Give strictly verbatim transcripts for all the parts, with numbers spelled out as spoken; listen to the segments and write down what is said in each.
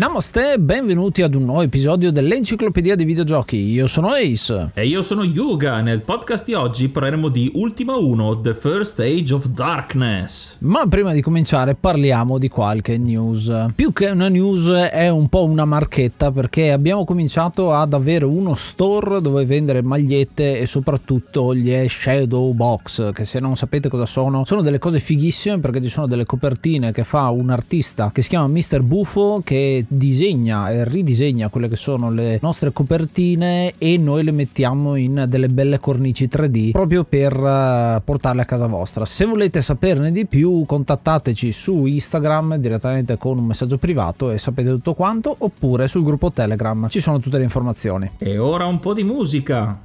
Namaste, benvenuti ad un nuovo episodio dell'Enciclopedia dei Videogiochi. Io sono Ace. E io sono Yuga. Nel podcast di oggi parleremo di Ultima uno, The First Age of Darkness. Ma prima di cominciare parliamo di qualche news. Più che una news è un po' una marchetta, perché abbiamo cominciato ad avere uno store dove vendere magliette e soprattutto gli Shadow Box, che se non sapete cosa sono, sono delle cose fighissime perché ci sono delle copertine che fa un artista che si chiama mister Bufo, che disegna e ridisegna quelle che sono le nostre copertine e noi le mettiamo in delle belle cornici tre D proprio per uh, portarle a casa vostra. Se volete saperne di più contattateci su Instagram direttamente con un messaggio privato e sapete tutto quanto, oppure sul gruppo Telegram, ci sono tutte le informazioni. E ora un po' di musica.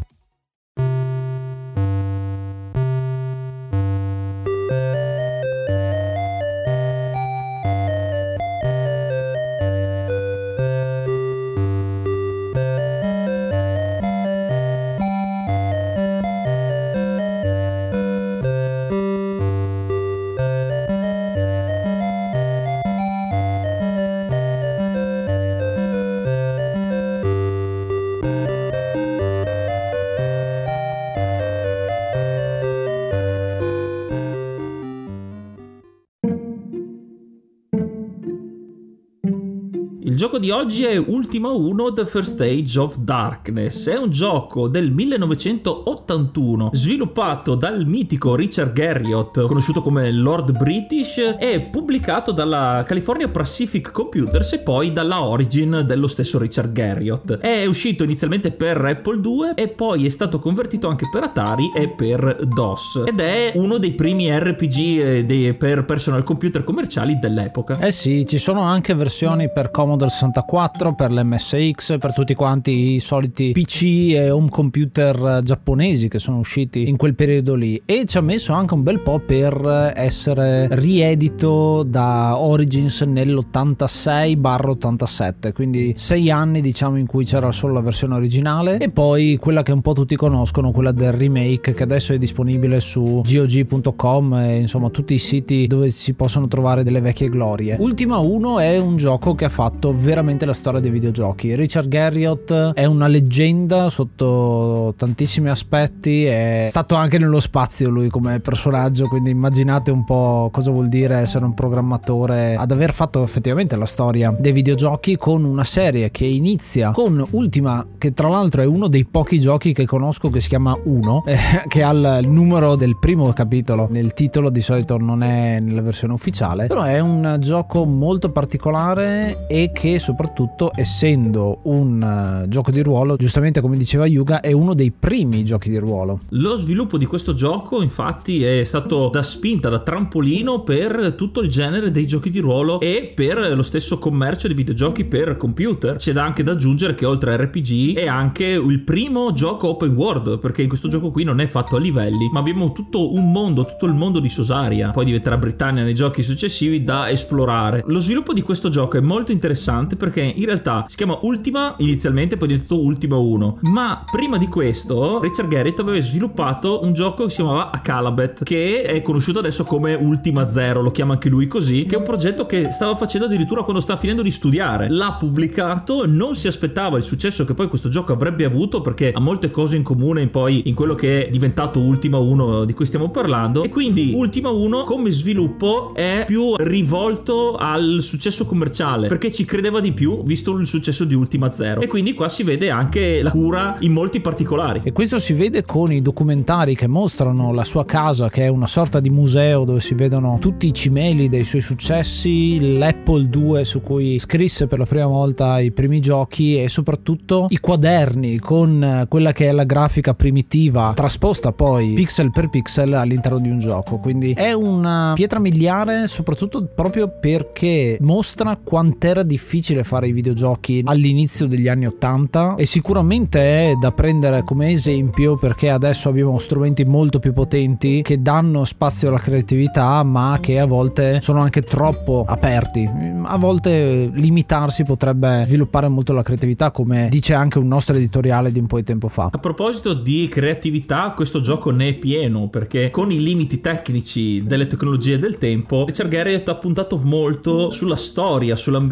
Il gioco di oggi è Ultima uno, The First Age of Darkness. È un gioco del millenovecentottantuno sviluppato dal mitico Richard Garriott, conosciuto come Lord British, e pubblicato dalla California Pacific Computers e poi dalla Origin dello stesso Richard Garriott. È uscito inizialmente per Apple due e poi è stato convertito anche per Atari e per DOS, ed è uno dei primi R P G dei, per personal computer commerciali dell'epoca. Eh sì, ci sono anche versioni per Commodore sessantaquattro, per l'M S X, per tutti quanti i soliti P C e home computer giapponesi che sono usciti in quel periodo lì, e ci ha messo anche un bel po' per essere riedito da Origins nell'ottantasei ottantasette, quindi sei anni diciamo in cui c'era solo la versione originale e poi quella che un po' tutti conoscono, quella del remake, che adesso è disponibile su G O G punto com e insomma tutti i siti dove si possono trovare delle vecchie glorie. Ultima uno è un gioco che ha fatto veramente la storia dei videogiochi. Richard Garriott è una leggenda sotto tantissimi aspetti, è stato anche nello spazio lui come personaggio, quindi immaginate un po' cosa vuol dire essere un programmatore ad aver fatto effettivamente la storia dei videogiochi, con una serie che inizia con Ultima, che tra l'altro è uno dei pochi giochi che conosco che si chiama uno, eh, che ha il numero del primo capitolo nel titolo, di solito non è nella versione ufficiale, però è un gioco molto particolare e che soprattutto, essendo un uh, gioco di ruolo, giustamente come diceva Yuga, è uno dei primi giochi di ruolo. Lo sviluppo di questo gioco infatti è stato da spinta, da trampolino per tutto il genere dei giochi di ruolo e per lo stesso commercio di videogiochi per computer. C'è da anche da aggiungere che oltre a R P G è anche il primo gioco open world, perché in questo gioco qui non è fatto a livelli, ma abbiamo tutto un mondo, tutto il mondo di Sosaria, poi diventerà Britannia nei giochi successivi, da esplorare. Lo sviluppo di questo gioco è molto interessante perché in realtà si chiama Ultima inizialmente, poi è diventato Ultima uno, ma prima di questo Richard Garriott aveva sviluppato un gioco che si chiamava Akalabeth, che è conosciuto adesso come Ultima Zero, lo chiama anche lui così, che è un progetto che stava facendo addirittura quando stava finendo di studiare. L'ha pubblicato, non si aspettava il successo che poi questo gioco avrebbe avuto, perché ha molte cose in comune poi in quello che è diventato Ultima uno di cui stiamo parlando, e quindi Ultima uno come sviluppo è più rivolto al successo commerciale perché ci credeva di più visto il successo di Ultima Zero, e quindi qua si vede anche la cura in molti particolari, e questo si vede con i documentari che mostrano la sua casa, che è una sorta di museo dove si vedono tutti i cimeli dei suoi successi, l'Apple due su cui scrisse per la prima volta i primi giochi e soprattutto i quaderni con quella che è la grafica primitiva trasposta poi pixel per pixel all'interno di un gioco. Quindi è una pietra miliare soprattutto proprio perché mostra quant'era difficile fare i videogiochi all'inizio degli anni ottanta, e sicuramente è da prendere come esempio perché adesso abbiamo strumenti molto più potenti che danno spazio alla creatività, ma che a volte sono anche troppo aperti. A volte limitarsi potrebbe sviluppare molto la creatività, come dice anche un nostro editoriale di un po' di tempo fa. A proposito di creatività, questo gioco ne è pieno, perché con i limiti tecnici delle tecnologie del tempo Richard Garriott ha puntato molto sulla storia, sull'ambientazione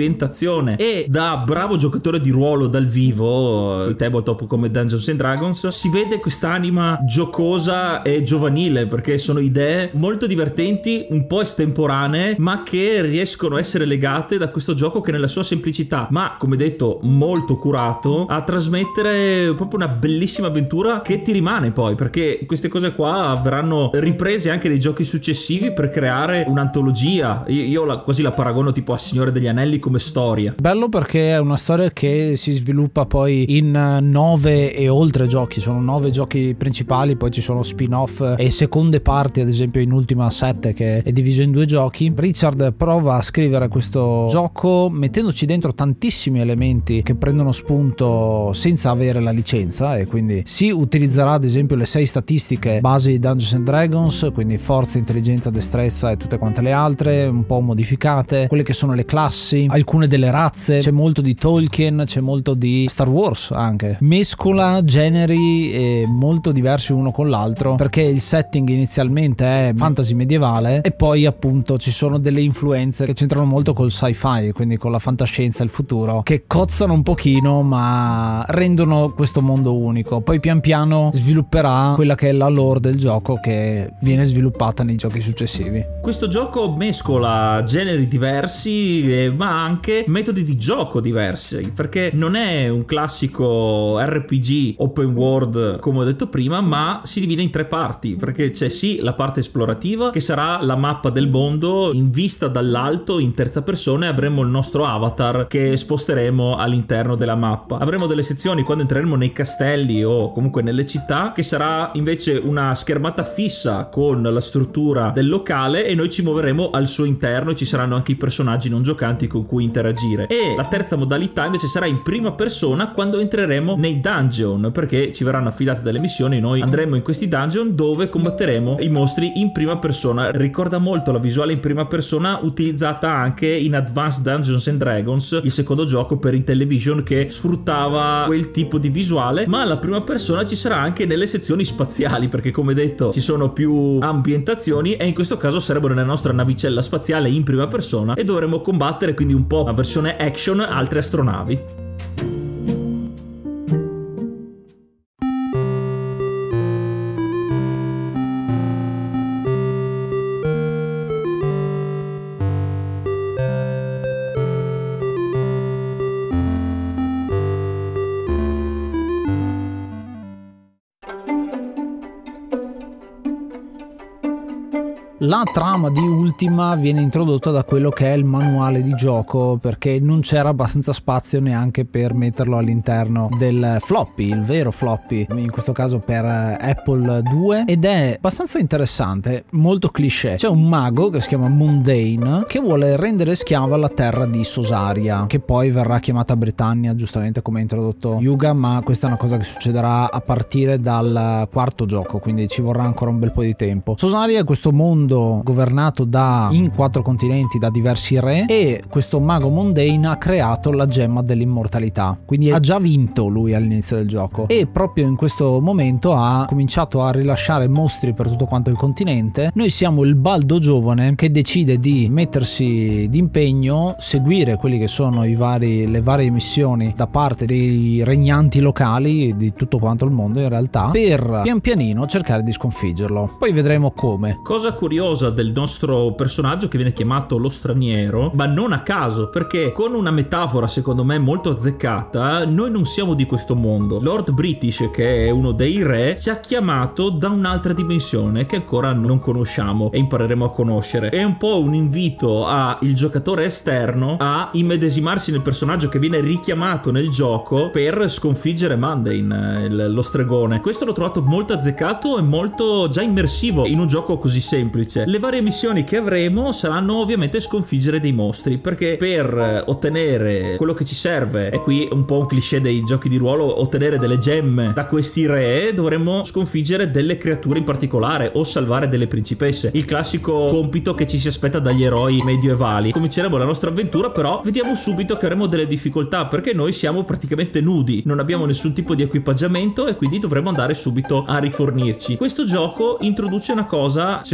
ambientazione e da bravo giocatore di ruolo dal vivo, i tabletop come Dungeons and Dragons, si vede quest'anima giocosa e giovanile, perché sono idee molto divertenti, un po' estemporanee, ma che riescono a essere legate da questo gioco che nella sua semplicità, ma come detto molto curato, a trasmettere proprio una bellissima avventura che ti rimane poi, perché queste cose qua verranno riprese anche nei giochi successivi per creare un'antologia. Io, io la, quasi la paragono tipo a Signore degli Anelli come storia. Bello perché è una storia che si sviluppa poi in nove e oltre giochi, sono nove giochi principali, poi ci sono spin-off e seconde parti, ad esempio in Ultima sette che è diviso in due giochi. Richard prova a scrivere questo gioco mettendoci dentro tantissimi elementi che prendono spunto senza avere la licenza, e quindi si utilizzerà ad esempio le sei statistiche base di Dungeons and Dragons, quindi forza, intelligenza, destrezza e tutte quante le altre, un po' modificate, quelle che sono le classi, alcune delle razze, c'è molto di Tolkien, c'è molto di Star Wars anche, mescola generi e molto diversi uno con l'altro, perché il setting inizialmente è fantasy medievale e poi appunto ci sono delle influenze che c'entrano molto col sci-fi, quindi con la fantascienza e il futuro, che cozzano un pochino ma rendono questo mondo unico. Poi pian piano svilupperà quella che è la lore del gioco che viene sviluppata nei giochi successivi. Questo gioco mescola generi diversi eh, ma anche metodi di gioco diversi, perché non è un classico R P G open world come ho detto prima, ma si divide in tre parti, perché c'è sì la parte esplorativa che sarà la mappa del mondo in vista dall'alto in terza persona, e avremo il nostro avatar che sposteremo all'interno della mappa. Avremo delle sezioni quando entreremo nei castelli o comunque nelle città che sarà invece una schermata fissa con la struttura del locale e noi ci muoveremo al suo interno e ci saranno anche i personaggi non giocanti con cui interagire. E la terza modalità invece sarà in prima persona quando entreremo nei dungeon, perché ci verranno affidate delle missioni, noi andremo in questi dungeon dove combatteremo i mostri in prima persona. Ricorda molto la visuale in prima persona utilizzata anche in Advanced Dungeons and Dragons, il secondo gioco per Intellivision che sfruttava quel tipo di visuale, ma la prima persona ci sarà anche nelle sezioni spaziali, perché come detto ci sono più ambientazioni e in questo caso saremo nella nostra navicella spaziale in prima persona e dovremo combattere quindi un po' la versione action altre astronavi. La trama di Ultima viene introdotta da quello che è il manuale di gioco, perché non c'era abbastanza spazio neanche per metterlo all'interno del floppy, il vero floppy, in questo caso per Apple due, ed è abbastanza interessante, molto cliché. C'è un mago che si chiama Mundane che vuole rendere schiava la terra di Sosaria, che poi verrà chiamata Britannia, giustamente come ha introdotto Yuga, ma questa è una cosa che succederà a partire dal quarto gioco, quindi ci vorrà ancora un bel po' di tempo. Sosaria è questo mondo governato da in quattro continenti da diversi re, e questo mago Mundane ha creato la gemma dell'immortalità, quindi ha già vinto lui all'inizio del gioco, e proprio in questo momento ha cominciato a rilasciare mostri per tutto quanto il continente. Noi siamo il baldo giovane che decide di mettersi d'impegno, seguire quelli che sono i vari le varie missioni da parte dei regnanti locali di tutto quanto il mondo in realtà, per pian pianino cercare di sconfiggerlo. Poi vedremo come. Cosa curiosa del nostro personaggio che viene chiamato lo straniero, ma non a caso, perché con una metafora secondo me molto azzeccata, noi non siamo di questo mondo. Lord British, che è uno dei re, ci ha chiamato da un'altra dimensione che ancora non conosciamo e impareremo a conoscere. È un po' un invito al giocatore esterno a immedesimarsi nel personaggio che viene richiamato nel gioco per sconfiggere Mundane, lo stregone. Questo l'ho trovato molto azzeccato e molto già immersivo in un gioco così semplice. Le varie missioni che avremo saranno ovviamente sconfiggere dei mostri, perché per ottenere quello che ci serve, e qui un po' un cliché dei giochi di ruolo, ottenere delle gemme da questi re, dovremo sconfiggere delle creature in particolare o salvare delle principesse, il classico compito che ci si aspetta dagli eroi medievali. Cominceremo la nostra avventura, però vediamo subito che avremo delle difficoltà, perché noi siamo praticamente nudi, non abbiamo nessun tipo di equipaggiamento e quindi dovremo andare subito a rifornirci. Questo gioco introduce una cosa secondo me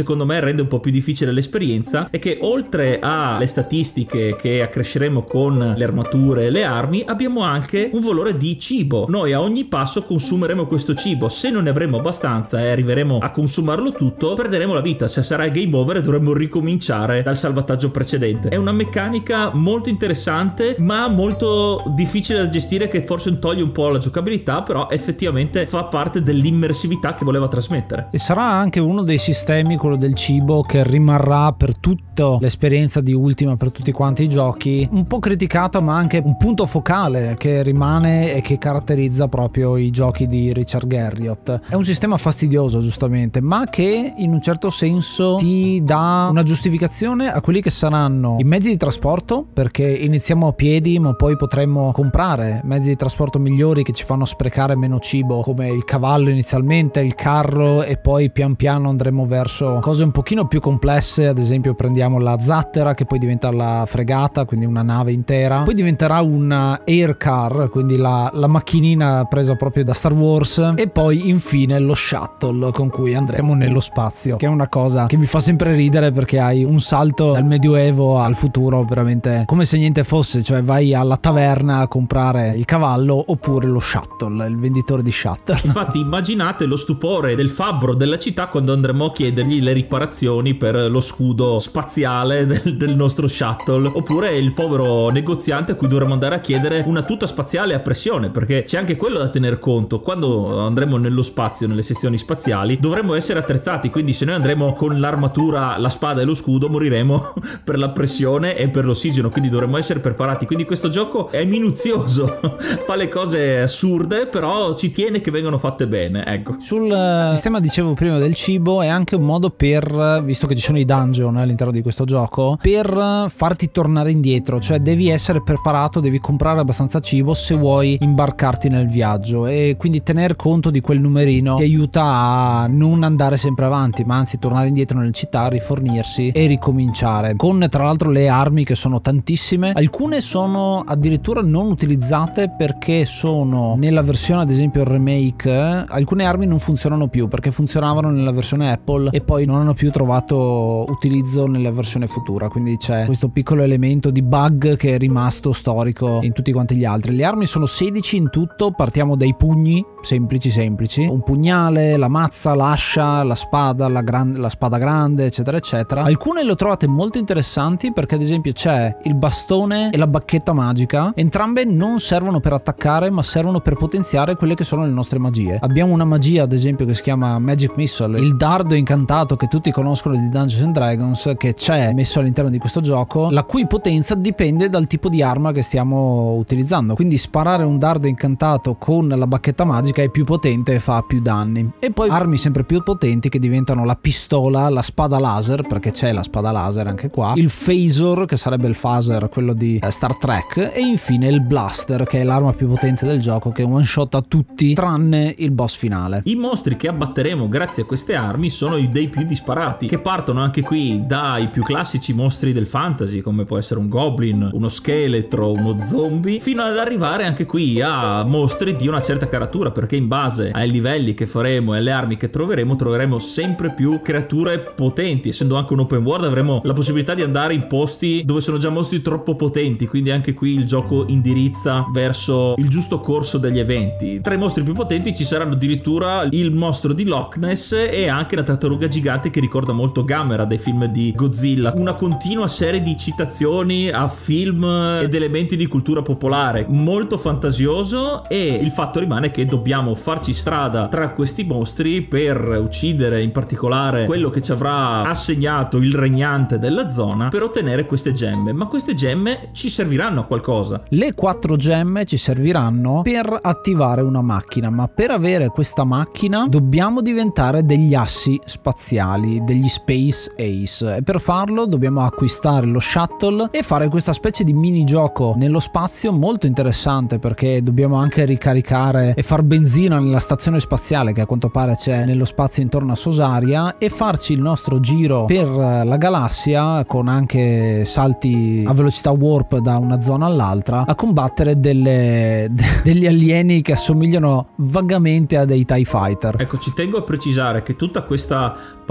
rende un po' più difficile l'esperienza è che oltre alle statistiche che accresceremo con le armature e le armi, abbiamo anche un valore di cibo. Noi a ogni passo consumeremo questo cibo, se non ne avremo abbastanza e arriveremo a consumarlo tutto, perderemo la vita, se sarà game over e dovremo ricominciare dal salvataggio precedente. È una meccanica molto interessante ma molto difficile da gestire, che forse toglie un po' la giocabilità, però effettivamente fa parte dell'immersività che voleva trasmettere. E sarà anche uno dei sistemi, quello del cibo, che rimarrà per tutta l'esperienza di Ultima, per tutti quanti i giochi, un po' criticata ma anche un punto focale che rimane e che caratterizza proprio i giochi di Richard Garriott. È un sistema fastidioso giustamente, ma che in un certo senso ti dà una giustificazione a quelli che saranno i mezzi di trasporto, perché iniziamo a piedi ma poi potremmo comprare mezzi di trasporto migliori che ci fanno sprecare meno cibo, come il cavallo inizialmente, il carro, e poi pian piano andremo verso cose un pochino più complesse. Ad esempio prendiamo la zattera, che poi diventa la fregata, quindi una nave intera, poi diventerà una air car, quindi la, la macchinina presa proprio da Star Wars, e poi infine lo shuttle con cui andremo nello spazio, che è una cosa che mi fa sempre ridere, perché hai un salto dal medioevo al futuro veramente come se niente fosse, cioè vai alla taverna a comprare il cavallo oppure lo shuttle, il venditore di shuttle. Infatti immaginate lo stupore del fabbro della città quando andremo a chiedergli le riparazioni per lo scudo spaziale del, del nostro shuttle, oppure il povero negoziante a cui dovremo andare a chiedere una tuta spaziale a pressione, perché c'è anche quello da tener conto. Quando andremo nello spazio, nelle sezioni spaziali, dovremo essere attrezzati, quindi se noi andremo con l'armatura, la spada e lo scudo moriremo per la pressione e per l'ossigeno, quindi dovremo essere preparati. Quindi questo gioco è minuzioso, fa le cose assurde, però ci tiene che vengano fatte bene, ecco. Sul sistema, dicevo prima, del cibo, è anche un modo per, visto che ci sono i dungeon all'interno di questo gioco, per farti tornare indietro, cioè devi essere preparato, devi comprare abbastanza cibo se vuoi imbarcarti nel viaggio, e quindi tener conto di quel numerino ti aiuta a non andare sempre avanti, ma anzi tornare indietro nelle città, rifornirsi e ricominciare, con tra l'altro le armi che sono tantissime. Alcune sono addirittura non utilizzate perché sono nella versione, ad esempio il remake, alcune armi non funzionano più perché funzionavano nella versione Apple e poi non hanno più trovato utilizzo nella versione futura, quindi c'è questo piccolo elemento di bug che è rimasto storico in tutti quanti gli altri. Le armi sono sedici in tutto, partiamo dai pugni semplici semplici, un pugnale, la mazza, l'ascia, la spada, la, gran- la spada grande, eccetera eccetera. Alcune le ho trovate molto interessanti perché ad esempio c'è il bastone e la bacchetta magica, entrambe non servono per attaccare ma servono per potenziare quelle che sono le nostre magie. Abbiamo una magia ad esempio che si chiama Magic Missile, il dardo incantato che tutti conoscono di Dungeons and Dragons, che c'è messo all'interno di questo gioco, la cui potenza dipende dal tipo di arma che stiamo utilizzando, quindi sparare un dardo incantato con la bacchetta magica è più potente e fa più danni. E poi armi sempre più potenti che diventano la pistola, la spada laser, perché c'è la spada laser anche qua, il phaser che sarebbe il phaser, quello di eh, Star Trek, e infine il blaster che è l'arma più potente del gioco, che one shot a tutti tranne il boss finale. I mostri che abbatteremo grazie a queste armi sono dei più disparati, che partono anche qui dai più classici mostri del fantasy, come può essere un goblin, uno scheletro, uno zombie, fino ad arrivare anche qui a mostri di una certa caratura, perché in base ai livelli che faremo e alle armi che troveremo troveremo sempre più creature potenti. Essendo anche un open world avremo la possibilità di andare in posti dove sono già mostri troppo potenti, quindi anche qui il gioco indirizza verso il giusto corso degli eventi. Tra i mostri più potenti ci saranno addirittura il mostro di Loch Ness e anche la tartaruga gigante che ricorda molto Gamera dai film di Godzilla. Una continua serie di citazioni a film ed elementi di cultura popolare, molto fantasioso, e il fatto rimane che dobbiamo farci strada tra questi mostri per uccidere in particolare quello che ci avrà assegnato il regnante della zona per ottenere queste gemme. Ma queste gemme ci serviranno a qualcosa. Le quattro gemme ci serviranno per attivare una macchina, ma per avere questa macchina dobbiamo diventare degli assi spaziali, degli Space Ace, e per farlo dobbiamo acquistare lo shuttle e fare questa specie di minigioco nello spazio molto interessante, perché dobbiamo anche ricaricare e far benzina nella stazione spaziale che a quanto pare c'è nello spazio intorno a Sosaria, e farci il nostro giro per la galassia con anche salti a velocità warp da una zona all'altra a combattere delle, de, degli alieni che assomigliano vagamente a dei TIE Fighter. Ecco, ci tengo a precisare che tutta questa parte del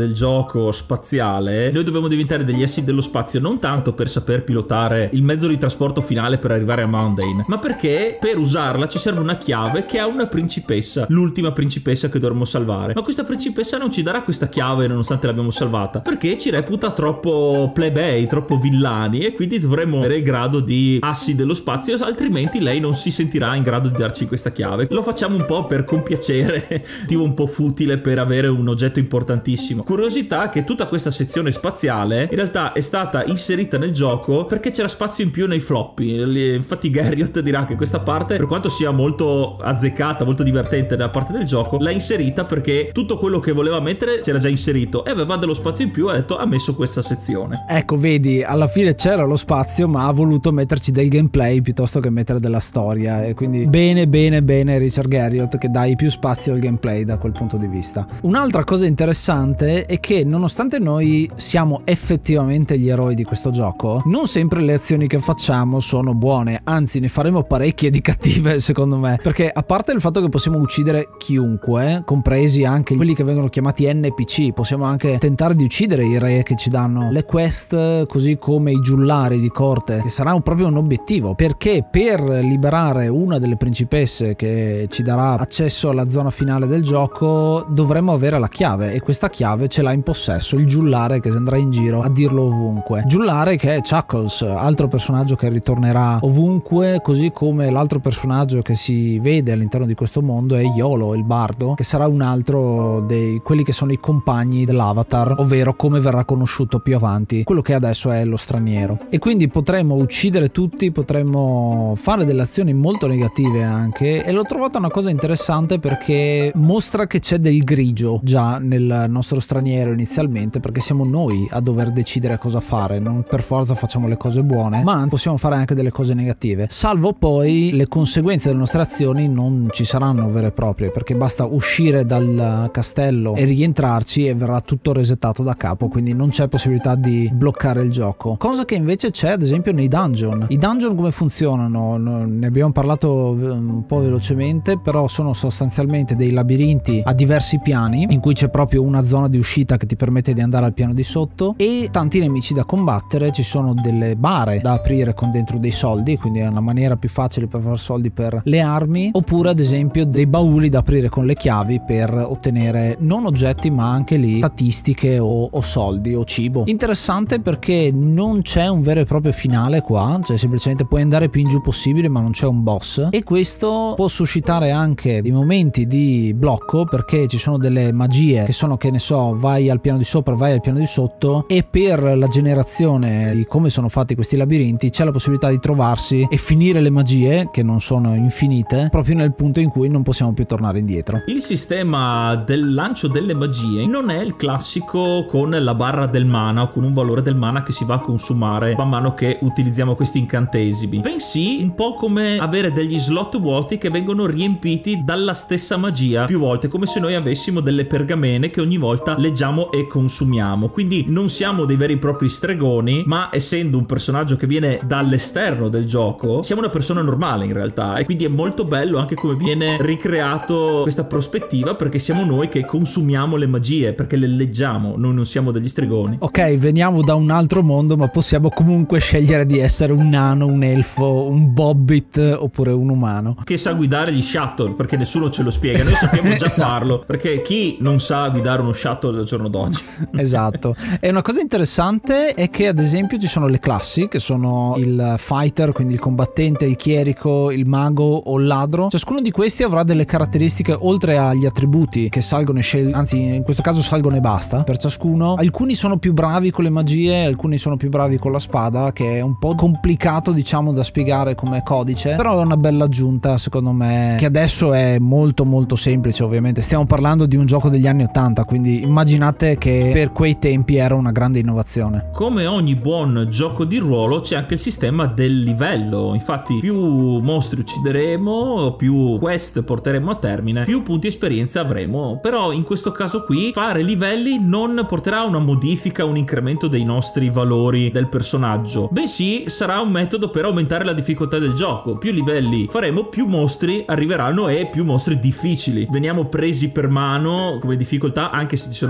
del gioco spaziale, noi dobbiamo diventare degli essi dello spazio, non tanto per saper pilotare il mezzo di trasporto finale per arrivare a Mundane, ma perché per usarla ci serve una chiave che ha una principessa, l'ultima principessa che dovremmo salvare. Ma questa principessa non ci darà questa chiave nonostante l'abbiamo salvata, perché ci reputa troppo plebei, troppo villani, e quindi dovremmo avere il grado di assi dello spazio, altrimenti lei non si sentirà in grado di darci questa chiave. Lo facciamo un po' per compiacere, tipo un po' futile per avere un oggetto importantissimo. Curiosità che tutta questa sezione spaziale in realtà è stata inserita nel gioco perché c'era spazio in più nei floppy. Infatti Garriott dirà che questa parte, per quanto sia molto azzeccata, molto divertente da parte del gioco, l'ha inserita perché tutto quello che voleva mettere c'era già inserito e aveva dello spazio in più, e ha detto ha messo questa sezione. Ecco, vedi, alla fine c'era lo spazio ma ha voluto metterci del gameplay piuttosto che mettere della storia, e quindi bene bene bene Richard Garriott che dai più spazio al gameplay da quel punto di vista. Un'altra cosa interessante è che nonostante noi siamo effettivamente gli eroi di questo gioco, non sempre le azioni che facciamo sono buone, anzi ne faremo parecchie di cattive secondo me, perché a parte il fatto che possiamo uccidere chiunque, compresi anche quelli che vengono chiamati N P C, possiamo anche tentare di uccidere i re che ci danno le quest, così come i giullari di corte, che sarà un, proprio un obiettivo, perché per liberare una delle principesse che ci darà accesso alla zona finale del gioco dovremmo avere la chiave, e questa chiave ce l'ha in possesso il giullare che andrà in giro a dirlo ovunque. Giullare che è Chuckles, altro personaggio che ritornerà ovunque, così come l'altro personaggio che si vede all'interno di questo mondo è Iolo, il bardo, che sarà un altro dei quelli che sono i compagni dell'avatar, ovvero come verrà conosciuto più avanti quello che adesso è lo straniero. E quindi potremmo uccidere tutti, potremmo fare delle azioni molto negative anche, e l'ho trovata una cosa interessante perché mostra che c'è del grigio già nel nostro straniero inizialmente, perché siamo noi a dover decidere cosa fare, non per forza facciamo le cose buone, ma possiamo fare anche delle cose negative, salvo poi le conseguenze delle nostre azioni non ci saranno vere e proprie, perché basta uscire dal castello e rientrarci e verrà tutto resettato da capo, quindi non c'è possibilità di bloccare il gioco, cosa che invece c'è ad esempio nei dungeon. I dungeon come funzionano? Ne abbiamo parlato un po' velocemente, però sono sostanzialmente dei labirinti a diversi piani in cui c'è proprio una zona di uscita che ti permette di andare al piano di sotto, e tanti nemici da combattere. Ci sono delle bare da aprire con dentro dei soldi, quindi è una maniera più facile per fare soldi per le armi, oppure ad esempio dei bauli da aprire con le chiavi per ottenere non oggetti ma anche lì statistiche o, o soldi o cibo. Interessante perché non c'è un vero e proprio finale qua, cioè semplicemente puoi andare più in giù possibile ma non c'è un boss, e questo può suscitare anche dei momenti di blocco perché ci sono delle magie che sono, che ne so, vai al piano di sopra, vai al piano di sotto, e per la generazione di come sono fatti questi labirinti c'è la possibilità di trovarsi e finire le magie, che non sono infinite, proprio nel punto in cui non possiamo più tornare indietro. Il sistema del lancio delle magie non è il classico con la barra del mana o con un valore del mana che si va a consumare man mano che utilizziamo questi incantesimi, bensì un po' come avere degli slot vuoti che vengono riempiti dalla stessa magia più volte, come se noi avessimo delle pergamene che ogni volta leggiamo e consumiamo. Quindi non siamo dei veri e propri stregoni, ma essendo un personaggio che viene dall'esterno del gioco siamo una persona normale in realtà, e quindi è molto bello anche come viene ricreato questa prospettiva, perché siamo noi che consumiamo le magie, perché le leggiamo, noi non siamo degli stregoni. Ok, veniamo da un altro mondo ma possiamo comunque scegliere di essere un nano, un elfo, un bobbit oppure un umano che sa guidare gli shuttle, perché nessuno ce lo spiega. Noi sappiamo già esatto. farlo, perché chi non sa guidare uno shuttle al giorno d'oggi? Esatto. E una cosa interessante è che ad esempio ci sono le classi che sono il fighter, quindi il combattente, il chierico, il mago o il ladro. Ciascuno di questi avrà delle caratteristiche oltre agli attributi che salgono e scel- anzi in questo caso salgono e basta per ciascuno. Alcuni sono più bravi con le magie, alcuni sono più bravi con la spada, che è un po' complicato diciamo da spiegare come codice, però è una bella aggiunta secondo me, che adesso è molto molto semplice. Ovviamente stiamo parlando di un gioco degli anni ottanta, quindi immaginate che per quei tempi era una grande innovazione. Come ogni buon gioco di ruolo c'è anche il sistema del livello, infatti più mostri uccideremo, più quest porteremo a termine, più punti esperienza avremo. Però in questo caso qui fare livelli non porterà a una modifica, un incremento dei nostri valori del personaggio, bensì sarà un metodo per aumentare la difficoltà del gioco. Più livelli faremo, più mostri arriveranno e più mostri difficili. Veniamo presi per mano come difficoltà, anche se ci sono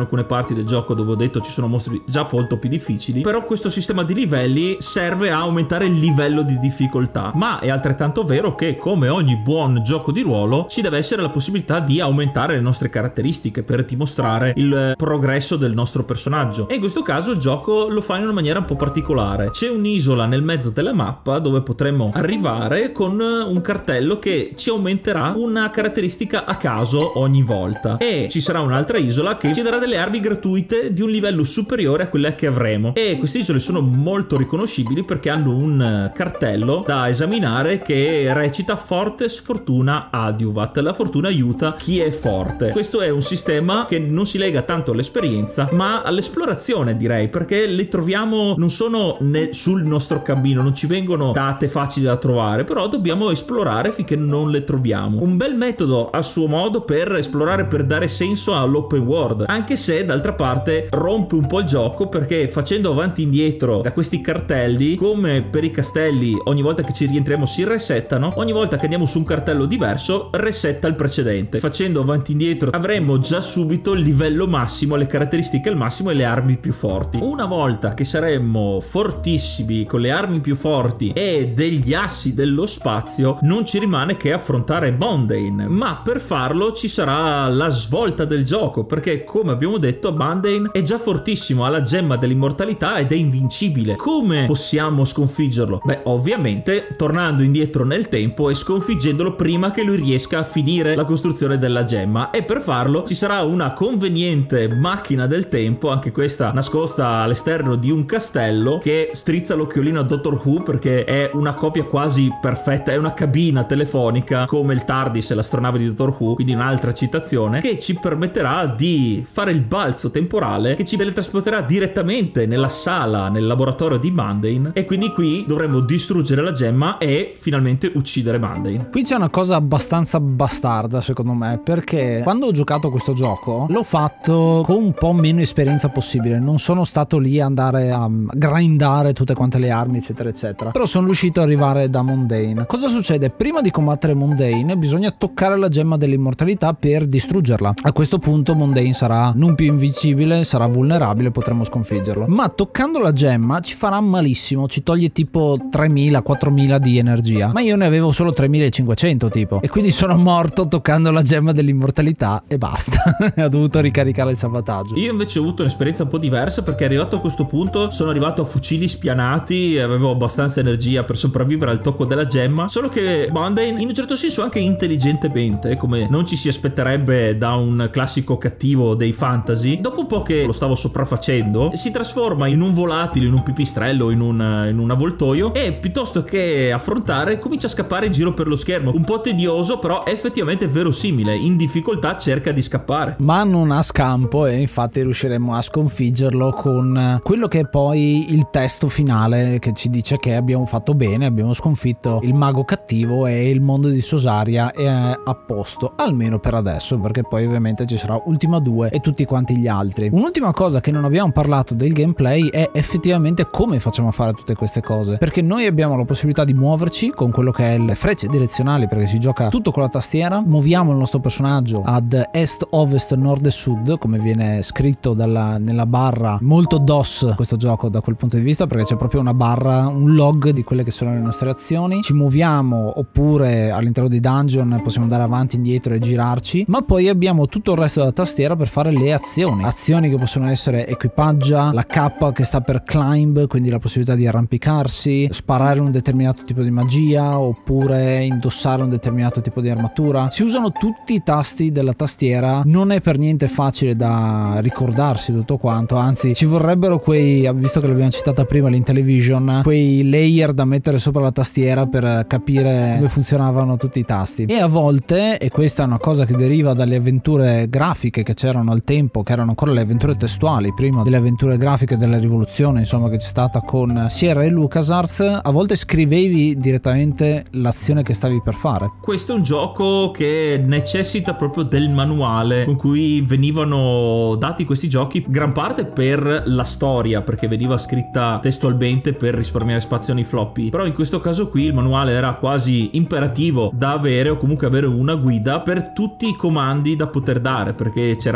alcune parti del gioco dove ho detto ci sono mostri già molto più difficili, però questo sistema di livelli serve a aumentare il livello di difficoltà. Ma è altrettanto vero che, come ogni buon gioco di ruolo, ci deve essere la possibilità di aumentare le nostre caratteristiche per dimostrare il progresso del nostro personaggio, e in questo caso il gioco lo fa in una maniera un po' particolare. C'è un'isola nel mezzo della mappa dove potremmo arrivare con un cartello che ci aumenterà una caratteristica a caso ogni volta, e ci sarà un'altra isola che ci darà delle armi gratuite di un livello superiore a quelle che avremo, e queste isole sono molto riconoscibili perché hanno un cartello da esaminare che recita Fortes Fortuna Adiuvat, la fortuna aiuta chi è forte. Questo è un sistema che non si lega tanto all'esperienza ma all'esplorazione, direi, perché le troviamo, non sono sul nostro cammino, non ci vengono date facili da trovare, però dobbiamo esplorare finché non le troviamo. Un bel metodo a suo modo per esplorare, per dare senso all'open world, anche se d'altra parte rompe un po' il gioco, perché facendo avanti e indietro da questi cartelli, come per i castelli, ogni volta che ci rientriamo si resettano, ogni volta che andiamo su un cartello diverso resetta il precedente. Facendo avanti e indietro avremo già subito il livello massimo, le caratteristiche al massimo e le armi più forti. Una volta che saremmo fortissimi con le armi più forti e degli assi dello spazio, non ci rimane che affrontare Mundane, ma per farlo ci sarà la svolta del gioco, perché come abbiamo detto Mundane è già fortissimo, ha la gemma dell'immortalità ed è invincibile. Come possiamo sconfiggerlo? Beh, ovviamente tornando indietro nel tempo e sconfiggendolo prima che lui riesca a finire la costruzione della gemma, e per farlo ci sarà una conveniente macchina del tempo, anche questa nascosta all'esterno di un castello, che strizza l'occhiolino a Doctor Who perché è una copia quasi perfetta, è una cabina telefonica come il TARDIS e l'astronave di Doctor Who, quindi un'altra citazione, che ci permetterà di fare il balzo temporale che ci teletrasporterà direttamente nella sala, nel laboratorio di Mundane, e quindi qui dovremo distruggere la gemma e finalmente uccidere Mundane. Qui c'è una cosa abbastanza bastarda secondo me, perché quando ho giocato questo gioco l'ho fatto con un po' meno esperienza possibile, non sono stato lì a andare a grindare tutte quante le armi eccetera eccetera, però sono riuscito ad arrivare da Mundane. Cosa succede? Prima di combattere Mundane bisogna toccare la gemma dell'immortalità per distruggerla. A questo punto Mundane sarà non più invincibile, sarà vulnerabile, potremo sconfiggerlo, ma toccando la gemma ci farà malissimo, ci toglie tipo tremila quattromila di energia, ma io ne avevo solo tremilacinquecento tipo, e quindi sono morto toccando la gemma dell'immortalità e basta. Ho dovuto ricaricare il salvataggio. Io invece ho avuto un'esperienza un po' diversa, perché arrivato a questo punto sono arrivato a fucili spianati e avevo abbastanza energia per sopravvivere al tocco della gemma, solo che Mundane in un certo senso anche intelligentemente, come non ci si aspetterebbe da un classico cattivo dei fantasy, dopo un po' che lo stavo sopraffacendo si trasforma in un volatile, in un pipistrello, in un, in un avvoltoio, e piuttosto che affrontare comincia a scappare in giro per lo schermo, un po' tedioso però effettivamente verosimile, in difficoltà cerca di scappare ma non ha scampo, e infatti riusciremo a sconfiggerlo con quello che è poi il testo finale che ci dice che abbiamo fatto bene, abbiamo sconfitto il mago cattivo e il mondo di Sosaria è a posto, almeno per adesso, perché poi ovviamente ci sarà Ultima due e tutti quanti gli altri. Un'ultima cosa che non abbiamo parlato del gameplay è effettivamente come facciamo a fare tutte queste cose, perché noi abbiamo la possibilità di muoverci con quello che è le frecce direzionali, perché si gioca tutto con la tastiera, muoviamo il nostro personaggio ad est, ovest, nord e sud, come viene scritto dalla, nella barra, molto DOS questo gioco da quel punto di vista, perché c'è proprio una barra, un log di quelle che sono le nostre azioni. Ci muoviamo, oppure all'interno di dungeon possiamo andare avanti, indietro e girarci, ma poi abbiamo tutto il resto della tastiera per fare le azioni, azioni che possono essere equipaggia, la K che sta per climb, quindi la possibilità di arrampicarsi, sparare un determinato tipo di magia, oppure indossare un determinato tipo di armatura. Si usano tutti i tasti della tastiera, non è per niente facile da ricordarsi tutto quanto, anzi ci vorrebbero quei, visto che l'abbiamo citata prima l'Intellivision, quei layer da mettere sopra la tastiera per capire come funzionavano tutti i tasti. E a volte, e questa è una cosa che deriva dalle avventure grafiche che c'erano al tempo, che erano ancora le avventure testuali prima delle avventure grafiche della rivoluzione insomma che c'è stata con Sierra e LucasArts, a volte scrivevi direttamente l'azione che stavi per fare. Questo è un gioco che necessita proprio del manuale con cui venivano dati questi giochi, gran parte per la storia, perché veniva scritta testualmente per risparmiare spazio nei floppy, però in questo caso qui il manuale era quasi imperativo da avere, o comunque avere una guida per tutti i comandi da poter dare, perché c'era anche il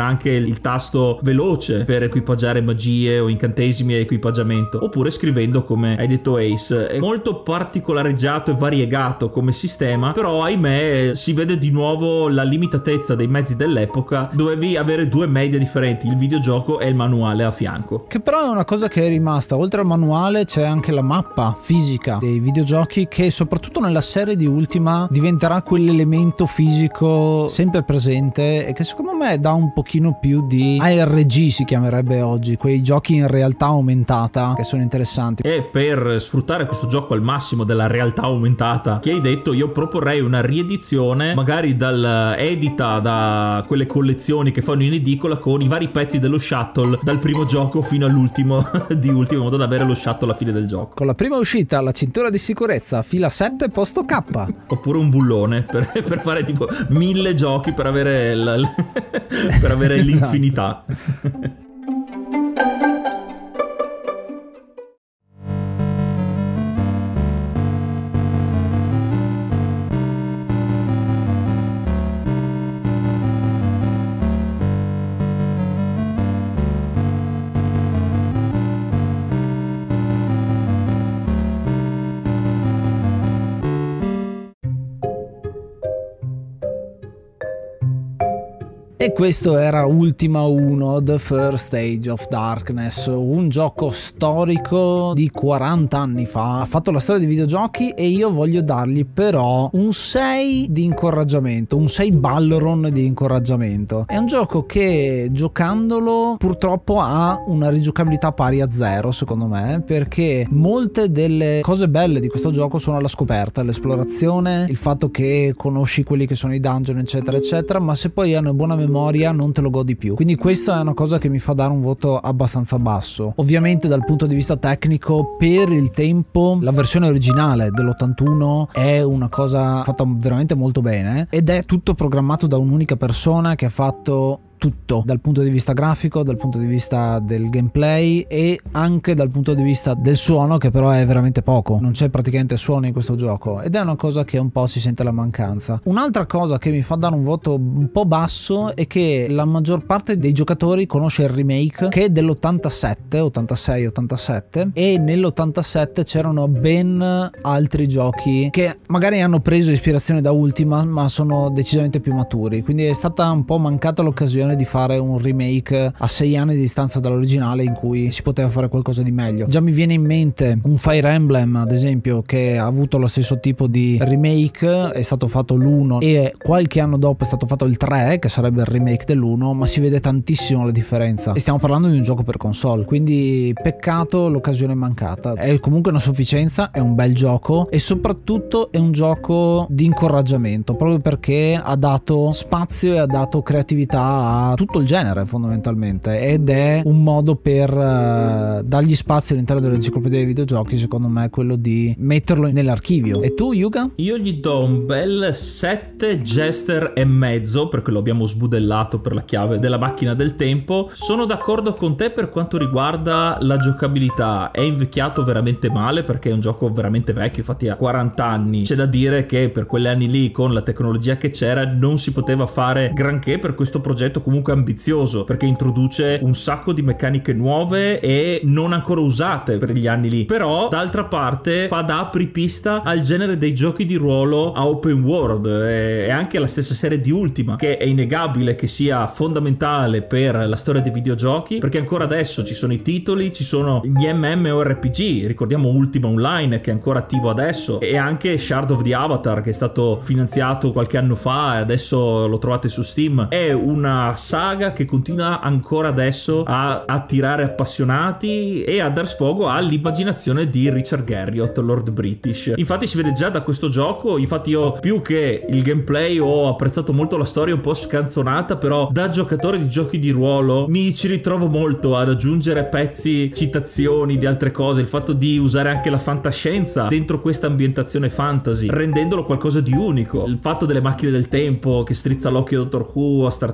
il tasto veloce per equipaggiare magie o incantesimi e equipaggiamento, oppure scrivendo come hai detto Ace. È molto particolareggiato e variegato come sistema, però ahimè si vede di nuovo la limitatezza dei mezzi dell'epoca. Dovevi avere due media differenti, il videogioco e il manuale a fianco, che però è una cosa che è rimasta. Oltre al manuale c'è anche la mappa fisica dei videogiochi, che soprattutto nella serie di Ultima diventerà quell'elemento fisico sempre presente e che secondo me dà un pochino più di A R G, si chiamerebbe oggi, quei giochi in realtà aumentata che sono interessanti. E per sfruttare questo gioco al massimo della realtà aumentata che hai detto, io proporrei una riedizione magari dal edita da quelle collezioni che fanno in edicola con i vari pezzi dello shuttle dal primo gioco fino all'ultimo di Ultima, in modo da avere lo shuttle alla fine del gioco. Con la prima uscita, la cintura di sicurezza, fila sette, posto K. Oppure un bullone per, per fare tipo mille giochi per avere, il, per avere Esatto. l'infinità. E questo era Ultima uno, The First Age of Darkness, un gioco storico di quaranta anni fa. Ha fatto la storia dei videogiochi e io voglio dargli però un sei di incoraggiamento, un sei Balron di incoraggiamento. È un gioco che giocandolo purtroppo ha una rigiocabilità pari a zero secondo me, perché molte delle cose belle di questo gioco sono la scoperta, l'esplorazione, il fatto che conosci quelli che sono i dungeon eccetera eccetera, ma se poi hai una buona memoria non te lo godi più. Quindi questa è una cosa che mi fa dare un voto abbastanza basso. Ovviamente dal punto di vista tecnico, per il tempo, la versione originale dell'ottantuno è una cosa fatta veramente molto bene ed è tutto programmato da un'unica persona che ha fatto tutto dal punto di vista grafico, dal punto di vista del gameplay e anche dal punto di vista del suono, che però è veramente poco, non c'è praticamente suono in questo gioco ed è una cosa che un po' si sente la mancanza. Un'altra cosa che mi fa dare un voto un po' basso è che la maggior parte dei giocatori conosce il remake, che è dell'ottantasette, ottantasei ottantasette, e nell'ottantasette c'erano ben altri giochi che magari hanno preso ispirazione da Ultima ma sono decisamente più maturi, quindi è stata un po' mancata l'occasione di fare un remake a sei anni di distanza dall'originale in cui si poteva fare qualcosa di meglio. Già mi viene in mente un Fire Emblem ad esempio che ha avuto lo stesso tipo di remake, è stato fatto l'uno e qualche anno dopo è stato fatto il tre che sarebbe il remake dell'uno, ma si vede tantissimo la differenza e stiamo parlando di un gioco per console, quindi peccato l'occasione mancata. È comunque una sufficienza, è un bel gioco e soprattutto è un gioco di incoraggiamento proprio perché ha dato spazio e ha dato creatività a tutto il genere fondamentalmente ed è un modo per uh, dargli spazio all'interno dell'enciclopedia dei videogiochi, secondo me, quello di metterlo nell'archivio. E tu, Yuga? Io gli do un bel sette Jester e mezzo perché lo abbiamo sbudellato per la chiave della macchina del tempo. Sono d'accordo con te per quanto riguarda la giocabilità, è invecchiato veramente male perché è un gioco veramente vecchio, infatti ha quaranta anni. C'è da dire che per quegli anni lì, con la tecnologia che c'era, non si poteva fare granché per questo progetto comunque ambizioso, perché introduce un sacco di meccaniche nuove e non ancora usate per gli anni lì, però d'altra parte fa da apripista al genere dei giochi di ruolo a open world e anche la stessa serie di Ultima, che è innegabile che sia fondamentale per la storia dei videogiochi, perché ancora adesso ci sono i titoli, ci sono gli MMORPG, ricordiamo Ultima Online che è ancora attivo adesso, e anche Shard of the Avatar che è stato finanziato qualche anno fa e adesso lo trovate su Steam. È una saga che continua ancora adesso a attirare appassionati e a dar sfogo all'immaginazione di Richard Garriott, Lord British. Infatti si vede già da questo gioco, infatti io più che il gameplay ho apprezzato molto la storia un po' scanzonata, però da giocatore di giochi di ruolo mi ci ritrovo molto ad aggiungere pezzi, citazioni di altre cose, il fatto di usare anche la fantascienza dentro questa ambientazione fantasy, rendendolo qualcosa di unico, il fatto delle macchine del tempo che strizza l'occhio a Doctor Who, a Star Trek,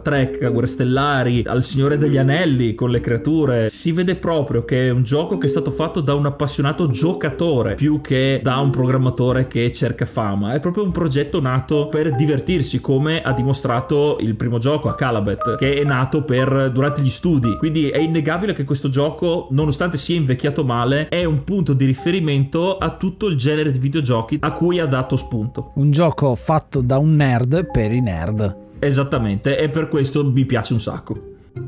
Galactica, Guerre Stellari, al Signore degli Anelli con le creature. Si vede proprio che è un gioco che è stato fatto da un appassionato giocatore più che da un programmatore che cerca fama. È proprio un progetto nato per divertirsi, come ha dimostrato il primo gioco, Akalabeth, che è nato per durante gli studi. Quindi è innegabile che questo gioco, nonostante sia invecchiato male, è un punto di riferimento a tutto il genere di videogiochi a cui ha dato spunto. Un gioco fatto da un nerd per i nerd. Esattamente, e per questo mi piace un sacco.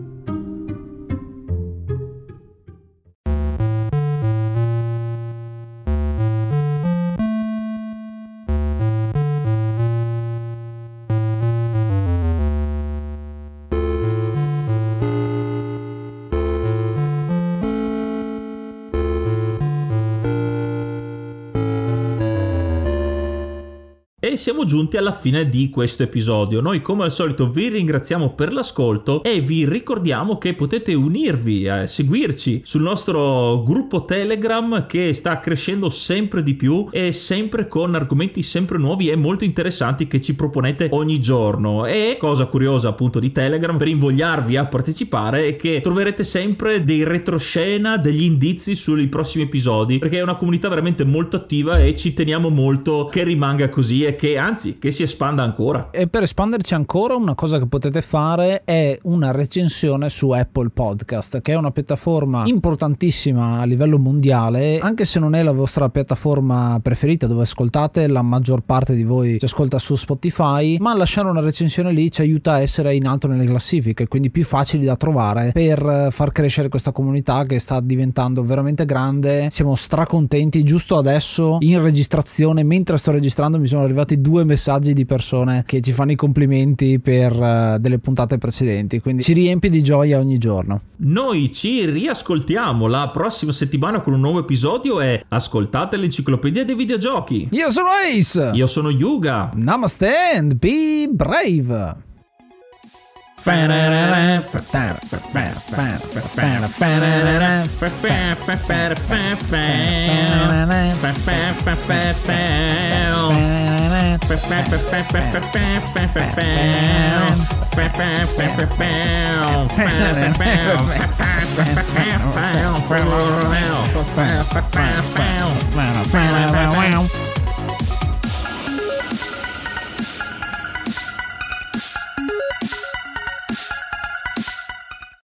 E siamo giunti alla fine di questo episodio. Noi come al solito vi ringraziamo per l'ascolto e vi ricordiamo che potete unirvi, a seguirci sul nostro gruppo Telegram che sta crescendo sempre di più e sempre con argomenti sempre nuovi e molto interessanti che ci proponete ogni giorno. E cosa curiosa appunto di Telegram, per invogliarvi a partecipare, è che troverete sempre dei retroscena, degli indizi sui prossimi episodi, perché è una comunità veramente molto attiva e ci teniamo molto che rimanga così e che anzi che si espanda ancora. E per espanderci ancora, una cosa che potete fare è una recensione su Apple Podcast, che è una piattaforma importantissima a livello mondiale, anche se non è la vostra piattaforma preferita dove ascoltate. La maggior parte di voi ci ascolta su Spotify, ma lasciare una recensione lì ci aiuta a essere in alto nelle classifiche, quindi più facili da trovare per far crescere questa comunità che sta diventando veramente grande. Siamo stracontenti. Giusto adesso in registrazione, mentre sto registrando, mi sono arrivati due messaggi di persone che ci fanno i complimenti per uh, delle puntate precedenti, quindi ci riempie di gioia ogni giorno. Noi ci riascoltiamo la prossima settimana con un nuovo episodio e ascoltate l'enciclopedia dei videogiochi. Io sono Ace. Io sono Yuga. Namaste and be brave.